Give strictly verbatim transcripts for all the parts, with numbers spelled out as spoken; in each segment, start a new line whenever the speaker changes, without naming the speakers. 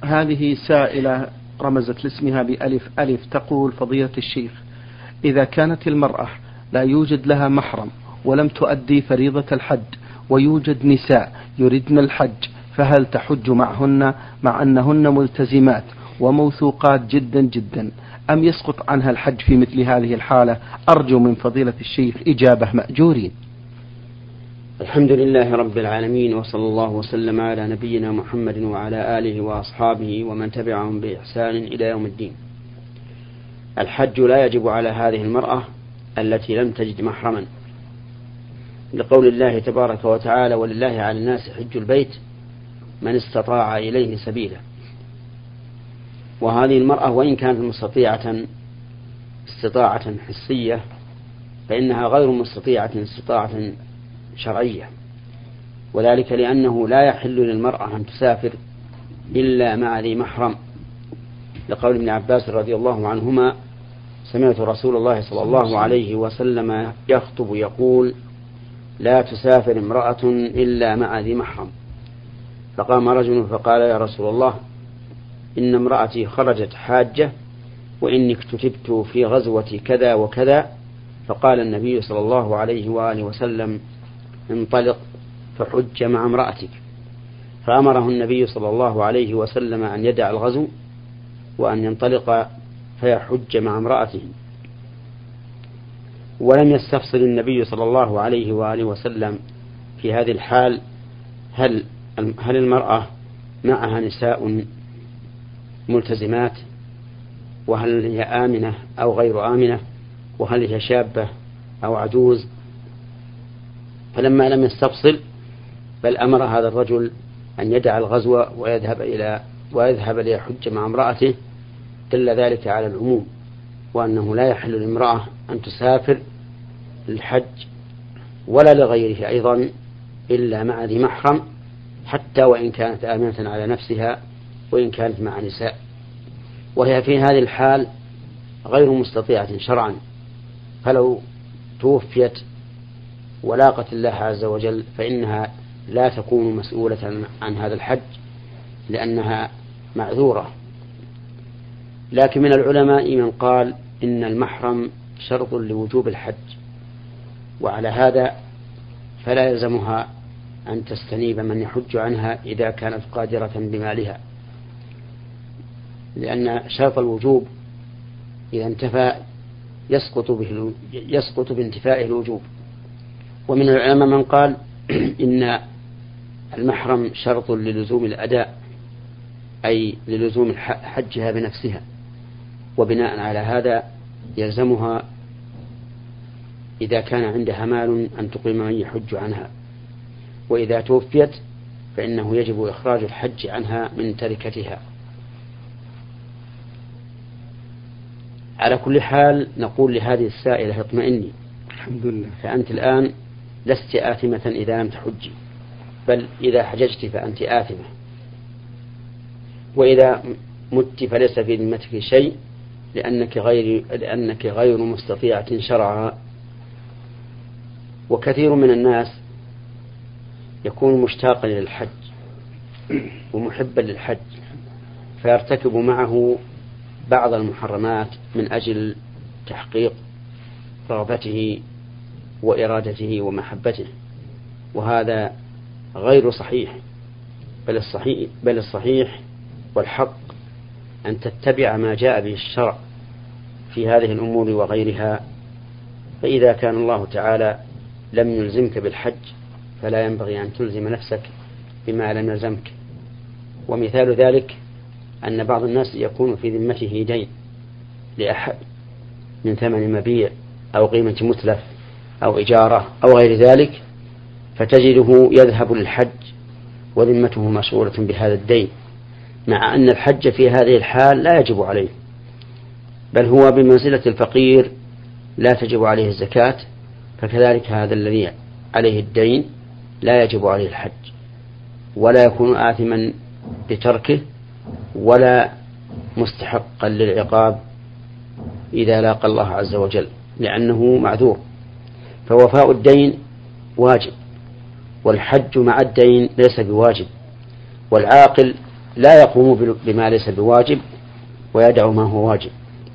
هذه سائلة رمزت لاسمها بألف ألف تقول: فضيلة الشيخ، إذا كانت المرأة لا يوجد لها محرم ولم تؤدي فريضة الحج ويوجد نساء يردن الحج، فهل تحج معهن مع أنهن ملتزمات وموثوقات جدا جدا، أم يسقط عنها الحج في مثل هذه الحالة؟ أرجو من فضيلة الشيخ إجابة مأجورين.
الحمد لله رب العالمين، وصلى الله وسلم على نبينا محمد وعلى آله وأصحابه ومن تبعهم بإحسان إلى يوم الدين. الحج لا يجب على هذه المرأة التي لم تجد محرما، لقول الله تبارك وتعالى: ولله على الناس حج البيت من استطاع إليه سبيلا. وهذه المرأة وإن كانت مستطيعة استطاعة حسية فإنها غير مستطيعة استطاعة شرعية، وذلك لأنه لا يحل للمرأة أن تسافر إلا مع ذي محرم، لقول ابن عباس رضي الله عنهما: سمعت رسول الله صلى الله عليه وسلم يخطب يقول: لا تسافر امرأة إلا مع ذي محرم. فقام رجل فقال: يا رسول الله، إن امرأتي خرجت حاجة وإني اكتتبت في غزوة كذا وكذا. فقال النبي صلى الله عليه وآله وسلم: انطلق فحج مع امرأتك. فأمره النبي صلى الله عليه وسلم أن يدع الغزو وأن ينطلق فيحج مع امرأته. ولم يستفصل النبي صلى الله عليه وآله وسلم في هذه الحال هل هل المرأة معها نساء ملتزمات، وهل هي آمنة أو غير آمنة، وهل هي شابة أو عجوز. فلما لم يستفصل بل أمر هذا الرجل أن يدع الغزو ويذهب إلى ويذهب ليحج مع امرأته، دل ذلك على العموم، وأنه لا يحل للمرأة أن تسافر للحج ولا لغيره أيضا إلا مع ذي محرم، حتى وإن كانت آمنة على نفسها وإن كانت مع نساء. وهي في هذه الحال غير مستطيعة شرعا، فلو توفيت ولاقت الله عز وجل فإنها لا تكون مسؤولة عن هذا الحج لأنها معذورة. لكن من العلماء من قال إن المحرم شرط لوجوب الحج، وعلى هذا فلا يلزمها أن تستنيب من يحج عنها إذا كانت قادرة بمالها، لأن شرط الوجوب إذا انتفى يسقط به يسقط بانتفائه الوجوب. ومن العلماء من قال إن المحرم شرط للزوم الأداء، أي للزوم حجها بنفسها، وبناء على هذا يلزمها إذا كان عندها مال أن تقيم من يحج عنها، وإذا توفيت فإنه يجب إخراج الحج عنها من تركتها. على كل حال نقول لهذه السائلة: اطمئني،
الحمد لله،
فأنت الآن لست آثمة إذا لم تحجي، بل إذا حججت فأنت آثمة، وإذا مت فليس في ذمتك شيء، لأنك غير لأنك غير مستطيعة شرعا. وكثير من الناس يكون مشتاقا للحج ومحبا للحج فيرتكب معه بعض المحرمات من أجل تحقيق رغبته وإرادته ومحبته، وهذا غير صحيح. بل الصحيح, بل الصحيح والحق أن تتبع ما جاء به الشرع في هذه الأمور وغيرها. فإذا كان الله تعالى لم يلزمك بالحج فلا ينبغي أن تلزم نفسك بما لم يلزمك. ومثال ذلك أن بعض الناس يكون في ذمته دين لأحد من ثمن مبيع أو قيمة متلف أو إجارة أو غير ذلك، فتجده يذهب للحج وذمته مشغولة بهذا الدين، مع أن الحج في هذه الحال لا يجب عليه، بل هو بمنزلة الفقير لا تجب عليه الزكاة، فكذلك هذا الذي عليه الدين لا يجب عليه الحج، ولا يكون آثما بتركه ولا مستحقا للعقاب إذا لاقى الله عز وجل، لأنه معذور. فوفاء الدين واجب، والحج مع الدين ليس بواجب. والعاقل لا يقوم بما ليس بواجب ويدع ما هو واجب.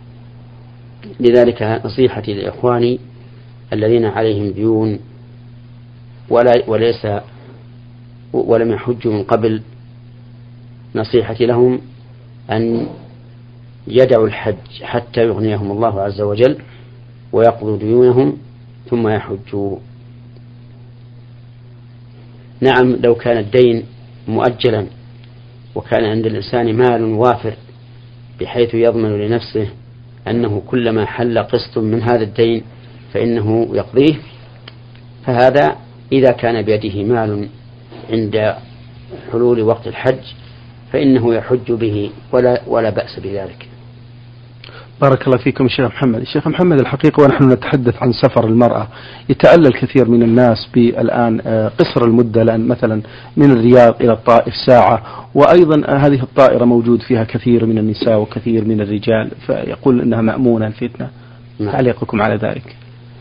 لذلك نصيحتي لإخواني الذين عليهم ديون ولا وليس ولم يحجوا من قبل، نصيحتي لهم أن يدعوا الحج حتى يغنيهم الله عز وجل ويقضوا ديونهم ثم يحجوا. نعم، لو كان الدين مؤجلا وكان عند الإنسان مال وافر بحيث يضمن لنفسه أنه كلما حل قسط من هذا الدين فإنه يقضيه، فهذا إذا كان بيده مال عند حلول وقت الحج فإنه يحج به ولا, ولا بأس بذلك.
بارك الله فيكم الشيخ محمد. الشيخ محمد، الحقيقة ونحن نتحدث عن سفر المرأة يتألى الكثير من الناس بالآن قصر المدة، لأن مثلا من الرياض إلى الطائف ساعة، وأيضا هذه الطائرة موجود فيها كثير من النساء وكثير من الرجال، فيقول أنها مأمونة الفتنة. تعليقكم على ذلك؟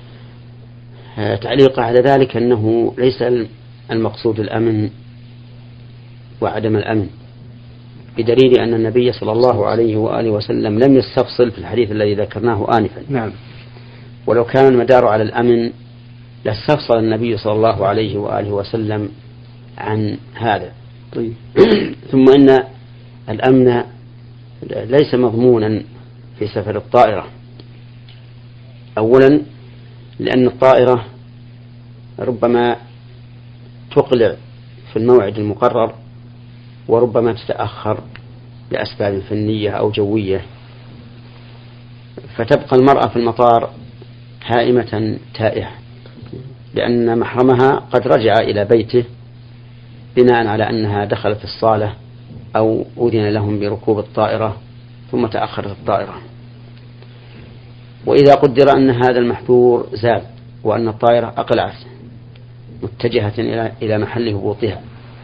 تعليق على ذلك أنه ليس المقصود الأمن وعدم الأمن، بدليل أن النبي صلى الله عليه وآله وسلم لم يستفصل في الحديث الذي ذكرناه آنفا.
نعم.
ولو كان المدار على الأمن لاستفصل النبي صلى الله عليه وآله وسلم عن هذا.
طيب.
ثم إن الأمن ليس مضمونا في سفر الطائرة. أولا لأن الطائرة ربما تقلع في الموعد المقرر وربما تتأخر لأسباب فنية أو جوية، فتبقى المرأة في المطار هائمة تائهة لأن محرمها قد رجع إلى بيته بناء على أنها دخلت الصالة أو أذن لهم بركوب الطائرة ثم تأخرت الطائرة. وإذا قدر أن هذا المحظور زال وأن الطائرة أقلعت متجهة إلى محل هبوطها،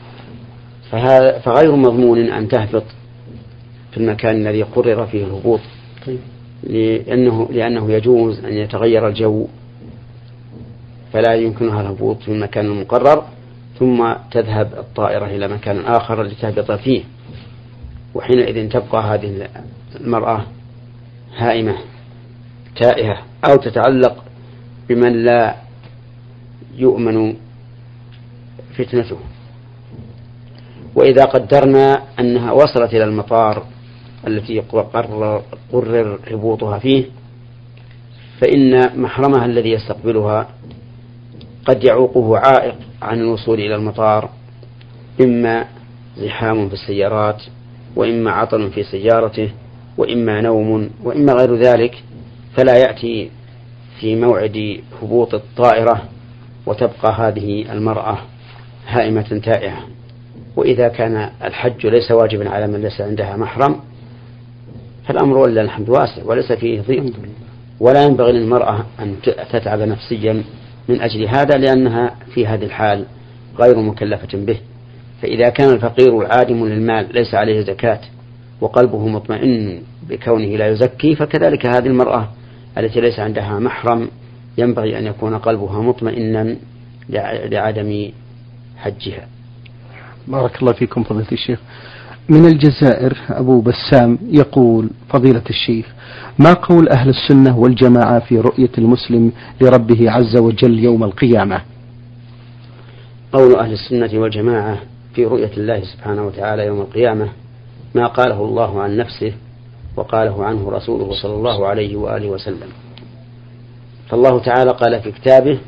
فغير مضمون أن تهبط في المكان الذي قرر فيه الهبوط، لأنه, لأنه يجوز أن يتغير الجو فلا يمكنها الهبوط في المكان المقرر ثم تذهب الطائرة إلى مكان آخر لتهبط فيه، وحينئذ تبقى هذه المرأة هائمة تائهة أو تتعلق بمن لا يؤمن فتنته. وإذا قدرنا أنها وصلت إلى المطار التي قرر, قرر هبوطها فيه فإن محرمها الذي يستقبلها قد يعوقه عائق عن الوصول إلى المطار، إما زحام في السيارات وإما عطل في سيارته وإما نوم وإما غير ذلك، فلا يأتي في موعد هبوط الطائرة وتبقى هذه المرأة هائمة تائهة. وإذا كان الحج ليس واجبا على من ليس عندها محرم فالأمر ولله الحمد واسع وليس فيه ضيق، ولا ينبغي للمرأة أن تتعب نفسيا من أجل هذا لأنها في هذه الحال غير مكلفة به. فإذا كان الفقير العادم للمال ليس عليه زكاة وقلبه مطمئن بكونه لا يزكي، فكذلك هذه المرأة التي ليس عندها محرم ينبغي أن يكون قلبها مطمئنا لعدم حجها.
بارك الله فيكم فضيلة الشيخ. من الجزائر أبو بسام يقول: فضيلة الشيخ، ما قول أهل السنة والجماعة في رؤية المسلم لربه عز وجل يوم القيامة؟
قول أهل السنة والجماعة في رؤية الله سبحانه وتعالى يوم القيامة ما قاله الله عن نفسه وقاله عنه رسوله صلى الله عليه وآله وسلم. فالله تعالى قال في كتابه: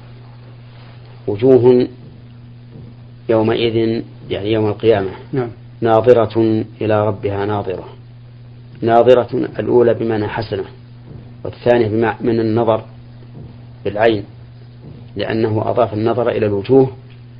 وجوه يومئذ يعني يوم القيامة
نعم.
ناظرة إلى ربها ناظرة. ناظرة الأولى بمعنى حسنة، والثانية بمعنى من النظر بالعين، لأنه أضاف النظر إلى الوجوه،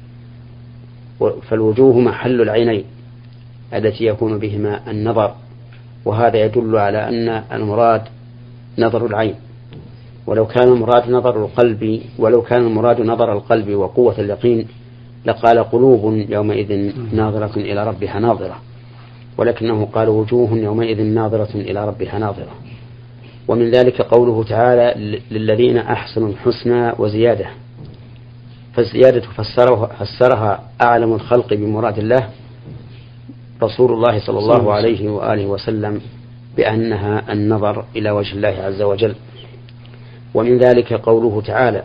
فالوجوه محل العينين التي يكون بهما النظر، وهذا يدل على أن المراد نظر العين. ولو كان المراد نظر القلب ولو كان المراد نظر القلب وقوة اليقين لقال قلوب يومئذ ناظرة إلى ربها ناظرة، ولكنه قال وجوه يومئذ ناظرة إلى ربها ناظرة. ومن ذلك قوله تعالى: للذين أحسنوا الحسنى وزيادة، فالزيادة فسرها, فسرها أعلم الخلق بمراد الله رسول الله صلى الله عليه وآله وسلم بأنها النظر إلى وجه الله عز وجل. ومن ذلك قوله تعالى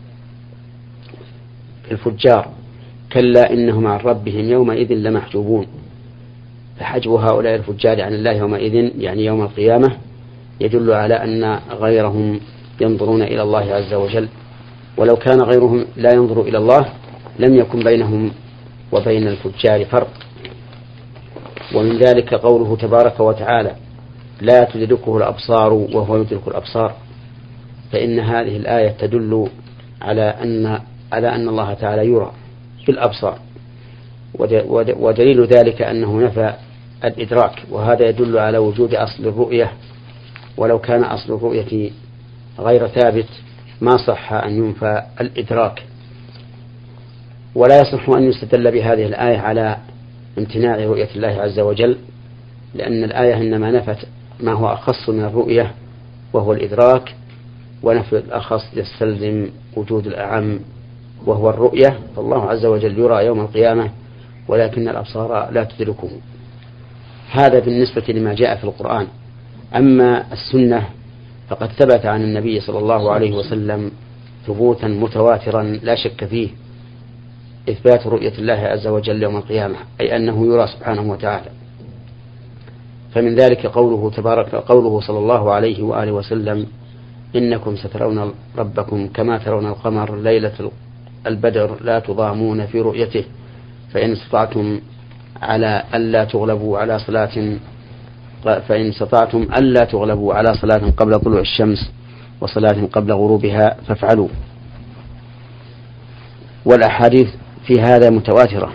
الفجار كلا إنهم عن ربهم يومئذ لمحجوبون. فحجب هؤلاء الفجار عن الله يومئذ يعني يوم القيامة يدل على أن غيرهم ينظرون إلى الله عز وجل، ولو كان غيرهم لا ينظر إلى الله لم يكن بينهم وبين الفجار فرق. ومن ذلك قوله تبارك وتعالى لا تدركه الأبصار وهو يدرك الأبصار. فإن هذه الآية تدل على أن على أن الله تعالى يرى بالأبصار، ودليل ذلك أنه نفى الإدراك، وهذا يدل على وجود أصل الرؤية، ولو كان أصل الرؤية غير ثابت ما صح أن ينفى الإدراك. ولا يصح أن يستدل بهذه الآية على امتناع رؤية الله عز وجل، لأن الآية إنما نفت ما هو أخص من الرؤية وهو الإدراك، ونفي الأخص يستلزم وجود الأعم وهو الرؤية. فالله عز وجل يرى يوم القيامة ولكن الأبصار لا تدركه. هذا بالنسبة لما جاء في القرآن. أما السنة فقد ثبت عن النبي صلى الله عليه وسلم ثبوتا متواترا لا شك فيه إثبات رؤية الله عز وجل يوم القيامة، أي أنه يرى سبحانه وتعالى. فمن ذلك قوله تبارك قوله صلى الله عليه وآله وسلم إنكم سترون ربكم كما ترون القمر ليلة البدر لا تضامون في رؤيته فإن استطعتم على ألا تغلبوا على صلاة فإن استطعتم ألا تغلبوا على صلاة قبل طلوع الشمس وصلاة قبل غروبها فافعلوا. والأحاديث في هذا متواترة،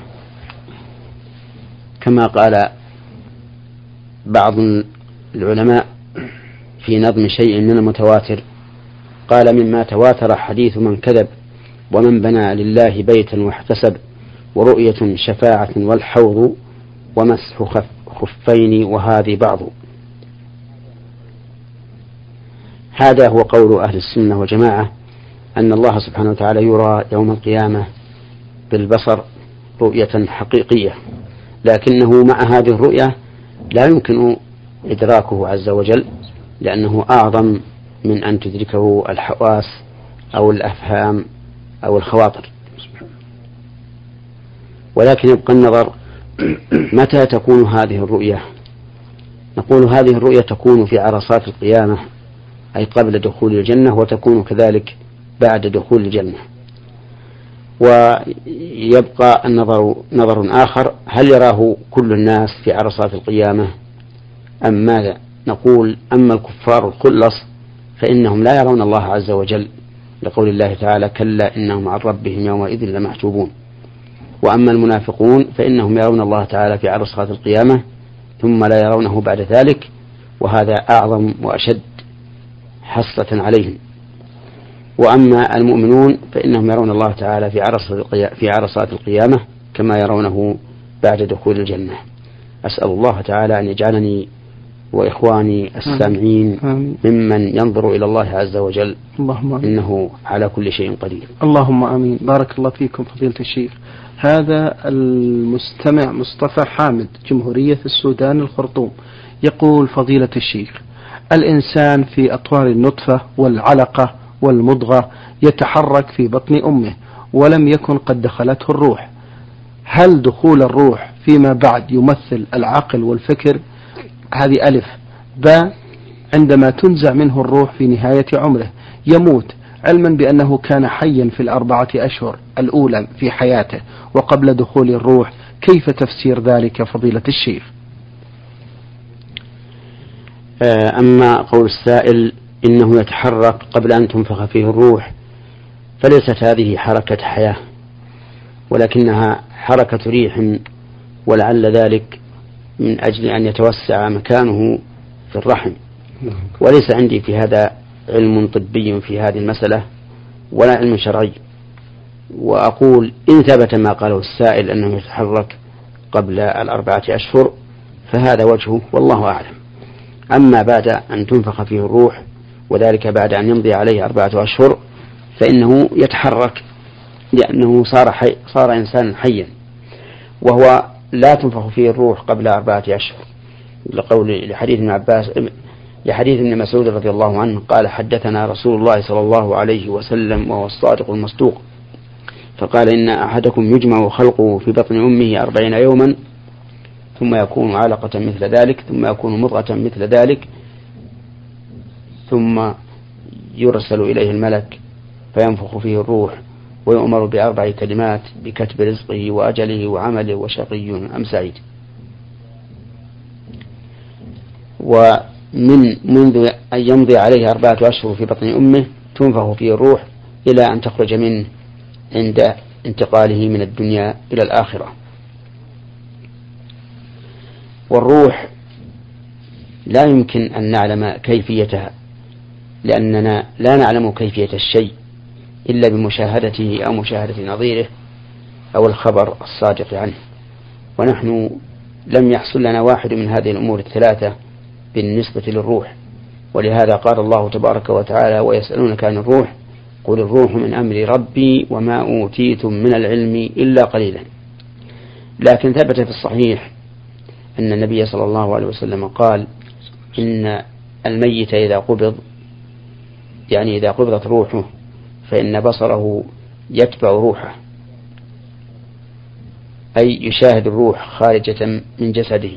كما قال بعض العلماء في نظم شيء من المتواتر، قال مما تواتر حديث من كذب ومن بنى لله بيتا واحتسب ورؤية شفاعة والحوض ومسح خفين وهذه بعض. هذا هو قول أهل السنة والجماعة أن الله سبحانه وتعالى يرى يوم القيامة بالبصر رؤية حقيقية، لكنه مع هذه الرؤية لا يمكن إدراكه عز وجل، لأنه أعظم من أن تدركه الحواس أو الأفهام أو الخواطر. ولكن يبقى النظر متى تكون هذه الرؤية؟ نقول هذه الرؤية تكون في عرصات القيامة، أي قبل دخول الجنة، وتكون كذلك بعد دخول الجنة. ويبقى النظر نظر آخر، هل يراه كل الناس في عرصات القيامة أم ماذا؟ نقول أما الكفار الخلص فإنهم لا يرون الله عز وجل، لقول الله تعالى كلا إنهم عن ربهم يومئذ لمحجوبون. وأما المنافقون فإنهم يرون الله تعالى في عرصات القيامة ثم لا يرونه بعد ذلك، وهذا أعظم وأشد حسرة عليهم. وأما المؤمنون فإنهم يرون الله تعالى في عرصات القيامة كما يرونه بعد دخول الجنة. أسأل الله تعالى أن يجعلني وإخواني السامعين ممن ينظر إلى الله عز وجل، اللهم إنه على كل شيء قدير.
اللهم آمين. بارك الله فيكم فضيلة الشيخ. هذا المستمع مصطفى حامد جمهورية السودان الخرطوم يقول فضيلة الشيخ الإنسان في أطوار النطفة والعلقة والمضغة يتحرك في بطن أمه ولم يكن قد دخلته الروح، هل دخول الروح فيما بعد يمثل العقل والفكر؟ هذه ألف. باء عندما تنزع منه الروح في نهاية عمره يموت علما بأنه كان حيا في الأربعة أشهر الأولى في حياته وقبل دخول الروح، كيف تفسير ذلك فضيلة الشيخ؟
أما قول السائل إنه يتحرك قبل أن تنفخ فيه الروح فليست هذه حركة حياة، ولكنها حركة ريح، ولعل ذلك من أجل أن يتوسع مكانه في الرحم. وليس عندي في هذا علم طبي في هذه المسألة ولا علم شرعي، وأقول إن ثبت ما قاله السائل أنه يتحرك قبل الأربعة أشهر فهذا وجهه والله أعلم. أما بعد أن تنفخ فيه الروح وذلك بعد أن يمضي عليه أربعة أشهر فإنه يتحرك لأنه صار, حي صار إنسانا حيا، وهو لا تنفخ فيه الروح قبل أربعة أشهر، لقول لحديث ابن عباس لحديث ابن مسعود رضي الله عنه قال حدثنا رسول الله صلى الله عليه وسلم وهو الصادق المصدوق فقال إن أحدكم يجمع خلقه في بطن أمه أربعين يوما ثم يكون علقة مثل ذلك ثم يكون مضغة مثل ذلك ثم يرسل إليه الملك فينفخ فيه الروح ويؤمر بأربع كلمات بكتب رزقه وأجله وعمله وشقي أم سعيد. ومن منذ أن يمضي عليه أربعة أشهر في بطن أمه تنفخ فيه الروح إلى أن تخرج منه عند انتقاله من الدنيا إلى الآخرة. والروح لا يمكن أن نعلم كيفيتها لأننا لا نعلم كيفية الشيء إلا بمشاهدته أو مشاهدة نظيره أو الخبر الصادق عنه، ونحن لم يحصل لنا واحد من هذه الأمور الثلاثة بالنسبة للروح. ولهذا قال الله تبارك وتعالى ويسألونك عن الروح قل الروح من أمر ربي وما أوتيتم من العلم إلا قليلا. لكن ثبت في الصحيح أن النبي صلى الله عليه وسلم قال إن الميت إذا قبض يعني إذا قبضت روحه فإن بصره يتبع روحه، أي يشاهد الروح خارجة من جسده،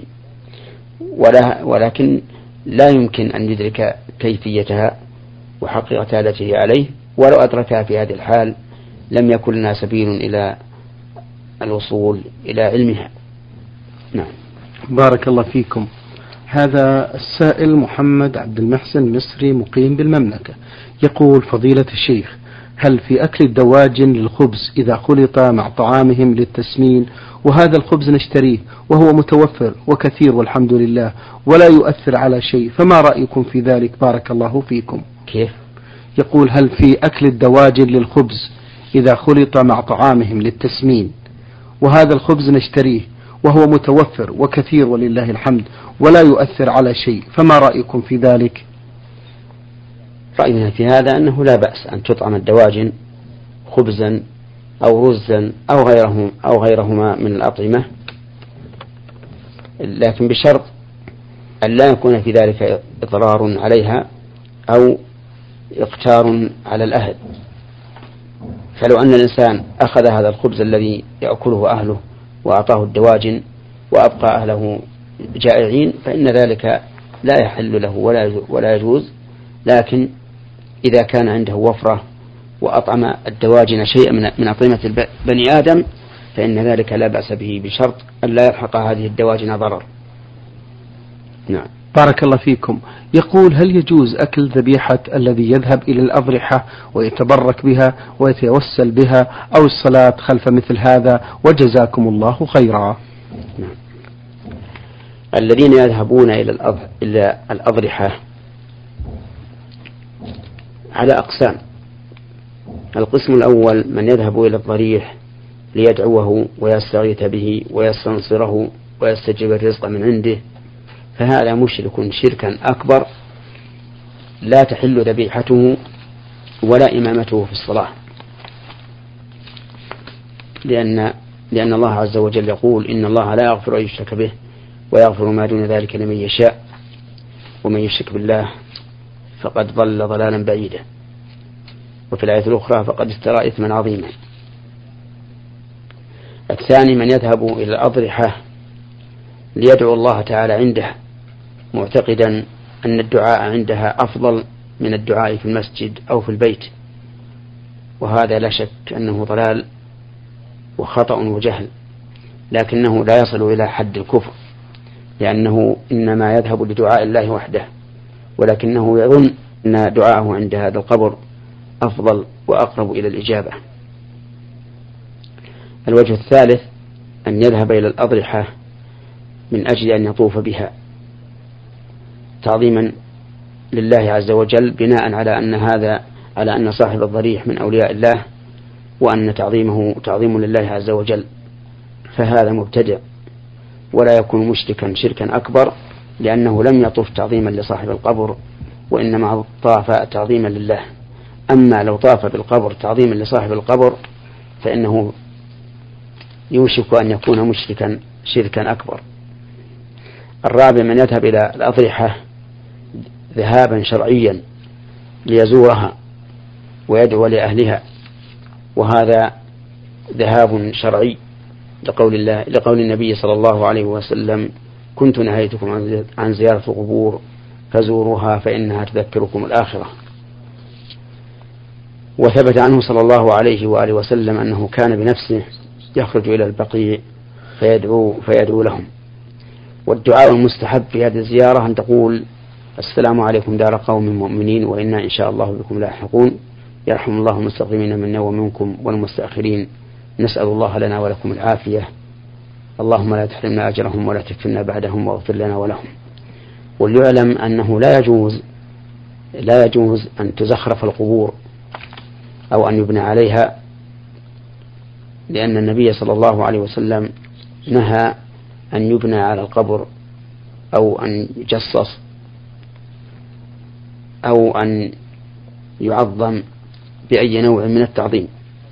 ولكن لا يمكن أن يدرك كيفيتها وحقيقتها التي هي عليه، ولو أدركها في هذه الحال لم يكن لنا سبيل إلى الوصول إلى علمها. نعم.
بارك الله فيكم. هذا السائل محمد عبد المحسن مصري مقيم بالمملكة يقول فضيلة الشيخ هل في أكل الدواجن للخبز إذا خلط مع طعامهم للتسمين وهذا الخبز نشتريه وهو متوفر وكثير والحمد لله ولا يؤثر على شيء فما رأيكم في ذلك بارك الله فيكم؟
كيف؟
يقول هل في أكل الدواجن للخبز إذا خلط مع طعامهم للتسمين وهذا الخبز نشتريه وهو متوفر وكثير ولله الحمد ولا يؤثر على شيء فما رأيكم في ذلك؟
رأينا في هذا أنه لا بأس أن تطعم الدواجن خبزا أو رزا أو غيره أو غيرهما من الأطعمة، لكن بشرط أن لا يكون في ذلك إضرار عليها أو إقتار على الأهل. فلو أن الإنسان أخذ هذا الخبز الذي يأكله أهله وأعطاه الدواجن وأبقى أهله جائعين فإن ذلك لا يحل له ولا يجوز، لكن إذا كان عنده وفرة وأطعم الدواجن شيئا من أطعمة بني آدم فإن ذلك لا بأس به بشرط أن لا يلحق هذه الدواجن ضرر. نعم.
بارك الله فيكم. يقول هل يجوز أكل ذبيحة الذي يذهب إلى الأضرحة ويتبرك بها ويتوسل بها أو الصلاة خلف مثل هذا وجزاكم الله خيرا؟
نعم. الذين يذهبون إلى الأضرحة على أقسام. القسم الأول من يذهب إلى الضريح ليدعوه ويستغيث به ويستنصره ويستجيب الرزق من عنده، فهذا مشرك شركا أكبر لا تحل ذبيحته ولا إمامته في الصلاة، لأن لأن الله عز وجل يقول إن الله لا يغفر أن يشرك به ويغفر ما دون ذلك لمن يشاء ومن يشرك بالله فقد ضل ضلالا بعيدا. وفي الآية الأخرى فقد افترى إثما عظيما. الثاني من يذهب إلى الأضرحة ليدعو الله تعالى عنده معتقدا أن الدعاء عندها أفضل من الدعاء في المسجد أو في البيت، وهذا لا شك أنه ضلال وخطأ وجهل، لكنه لا يصل إلى حد الكفر لأنه إنما يذهب لدعاء الله وحده، ولكنه يظن أن دعاءه عند هذا القبر أفضل وأقرب إلى الإجابة. الوجه الثالث أن يذهب إلى الأضرحة من أجل أن يطوف بها تعظيما لله عز وجل بناء على أن هذا على أن صاحب الضريح من أولياء الله وأن تعظيمه تعظيم لله عز وجل، فهذا مبتدع ولا يكون مشركا شركا أكبر لأنه لم يطوف تعظيما لصاحب القبر وإنما طاف تعظيما لله. أما لو طاف بالقبر تعظيما لصاحب القبر فإنه يوشك أن يكون مشركا شركا أكبر. الرابع من يذهب إلى الأضرحة ذهابا شرعيا ليزورها ويدعو لأهلها، وهذا ذهاب شرعي لقول الله لقول النبي صلى الله عليه وسلم: كنت نهيتكم عن زيارة القبور فزوروها فإنها تذكركم الآخرة. وثبت عنه صلى الله عليه وآله وسلم أنه كان بنفسه يخرج إلى البقيع فيدعو, فيدعو لهم. والدعاء المستحب في هذه الزيارة أن تقول: السلام عليكم دار قوم مؤمنين وإنا إن شاء الله بكم لاحقون، يرحم الله المستقدمين منا ومنكم والمستأخرين، نسأل الله لنا ولكم العافية، اللهم لا تحرمنا أجرهم ولا تفتنا بعدهم واغفر لنا ولهم. وليعلم أنه لا يجوز لا يجوز أن تزخرف القبور أو أن يبنى عليها، لأن النبي صلى الله عليه وسلم نهى أن يبنى على القبر أو أن يجصص أو أن يعظم بأي نوع من التعظيم.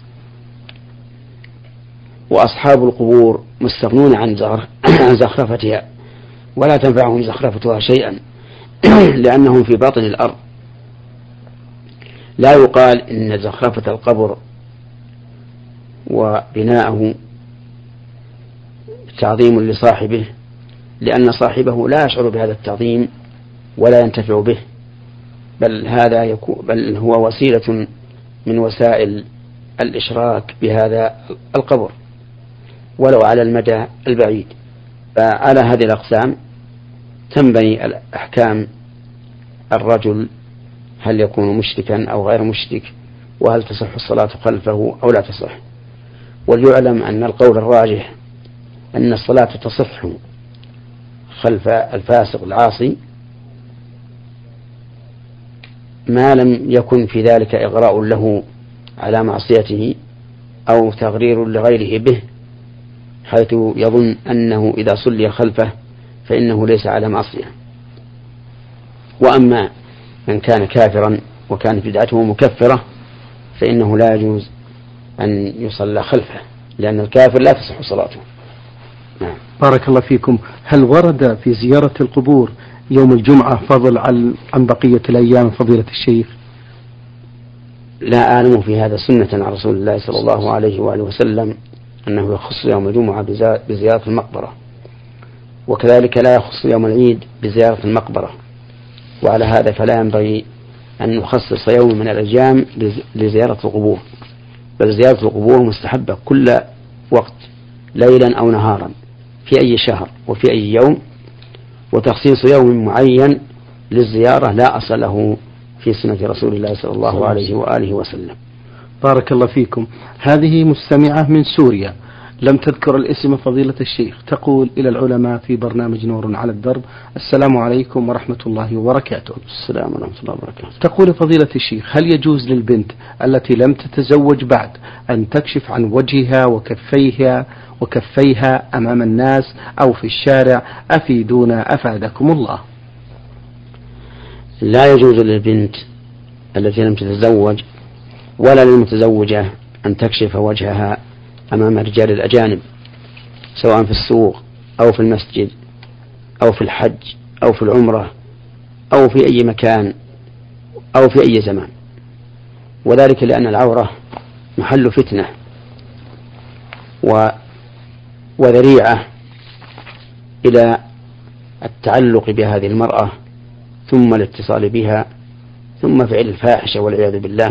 وأصحاب القبور مستغنون عن زخرفتها ولا تنفعهم زخرفتها شيئا لأنهم في باطن الأرض. لا يقال إن زخرفة القبر وبناءه تعظيم لصاحبه، لأن صاحبه لا يشعر بهذا التعظيم ولا ينتفع به، بل هذا يكون بل هو وسيلة من وسائل الإشراك بهذا القبر ولو على المدى البعيد. فعلى هذه الأقسام تنبني الأحكام: الرجل هل يكون مشركا أو غير مشرك، وهل تصح الصلاة خلفه أو لا تصح. وليعلم أن القول الراجح أن الصلاة تصح خلف الفاسق العاصي ما لم يكن في ذلك إغراء له على معصيته أو تغرير لغيره به، حيث يظن أنه إذا صلي خلفه فإنه ليس على معصية. وأما من كان كافرا وكانت بدعته مكفرة فإنه لا يجوز أن يصلى خلفه، لأن الكافر لا تصح صلاته. نعم.
بارك الله فيكم. هل ورد في زيارة القبور يوم الجمعة فضل عن بقية الأيام فضيلة الشيخ؟
لا أعلم في هذا سنة عن رسول الله صلى الله عليه وآله وسلم أنه يخص يوم الجمعة بزيارة المقبرة، وكذلك لا يخص يوم العيد بزيارة المقبرة. وعلى هذا فلا ينبغي أن نخصص يوم من الأيام لزيارة القبور، بل زيارة القبور مستحبة كل وقت ليلا أو نهارا في أي شهر وفي أي يوم، وتخصيص يوم معين للزيارة لا أصل له في سنة رسول الله صلى الله عليه وآله وسلم.
بارك الله فيكم. هذه مستمعة من سوريا لم تذكر الاسم فضيلة الشيخ، تقول: إلى العلماء في برنامج نور على الدرب، السلام عليكم ورحمة الله وبركاته.
السلام ورحمة الله وبركاته.
تقول: فضيلة الشيخ، هل يجوز للبنت التي لم تتزوج بعد أن تكشف عن وجهها وكفيها وكفيها أمام الناس أو في الشارع؟ أفيدونا أفادكم الله.
لا يجوز للبنت التي لم تتزوج ولا للمتزوجة أن تكشف وجهها أمام الرجال الأجانب، سواء في السوق أو في المسجد أو في الحج أو في العمرة أو في أي مكان أو في أي زمان، وذلك لأن العورة محل فتنة و وذريعة إلى التعلق بهذه المرأة ثم الاتصال بها ثم فعل الفاحشة والعياذ بالله.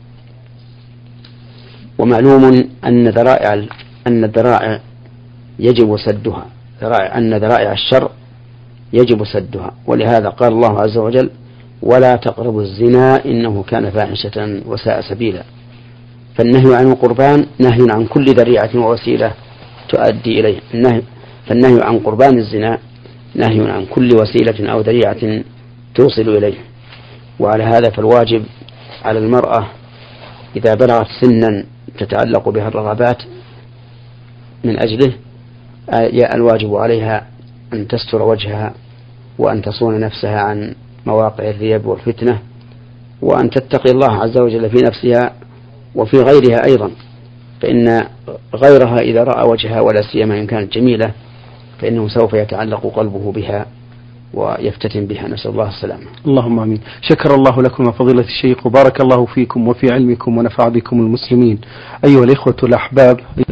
ومعلوم أن ذرائع أن الذرائع يجب سدها، ذرائع أن ذرائع الشر يجب سدها، ولهذا قال الله عز وجل: ولا تقربوا الزنا إنه كان فاحشة وساء سبيلا. فالنهي عن القربان نهي عن كل ذريعة ووسيلة تؤدي إليه، النهي فالنهي عن قربان الزنا نهي عن كل وسيلة أو ذريعة توصل إليه. وعلى هذا فالواجب على المرأة إذا بلغت سنا تتعلق بها الرغبات من أجله الواجب عليها أن تستر وجهها وأن تصون نفسها عن مواقع الريب والفتنة، وأن تتقي الله عز وجل في نفسها وفي غيرها أيضا، فإن غيرها إذا رأى وجهها ولا سيما إن كانت جميلة فإنه سوف يتعلق قلبه بها ويفتتن بها، نسأل الله السلامة.
اللهم آمين. شكر الله لكم فضيلة الشيخ وبارك الله فيكم وفي علمكم ونفع بكم المسلمين. أيها الإخوة الأحباب،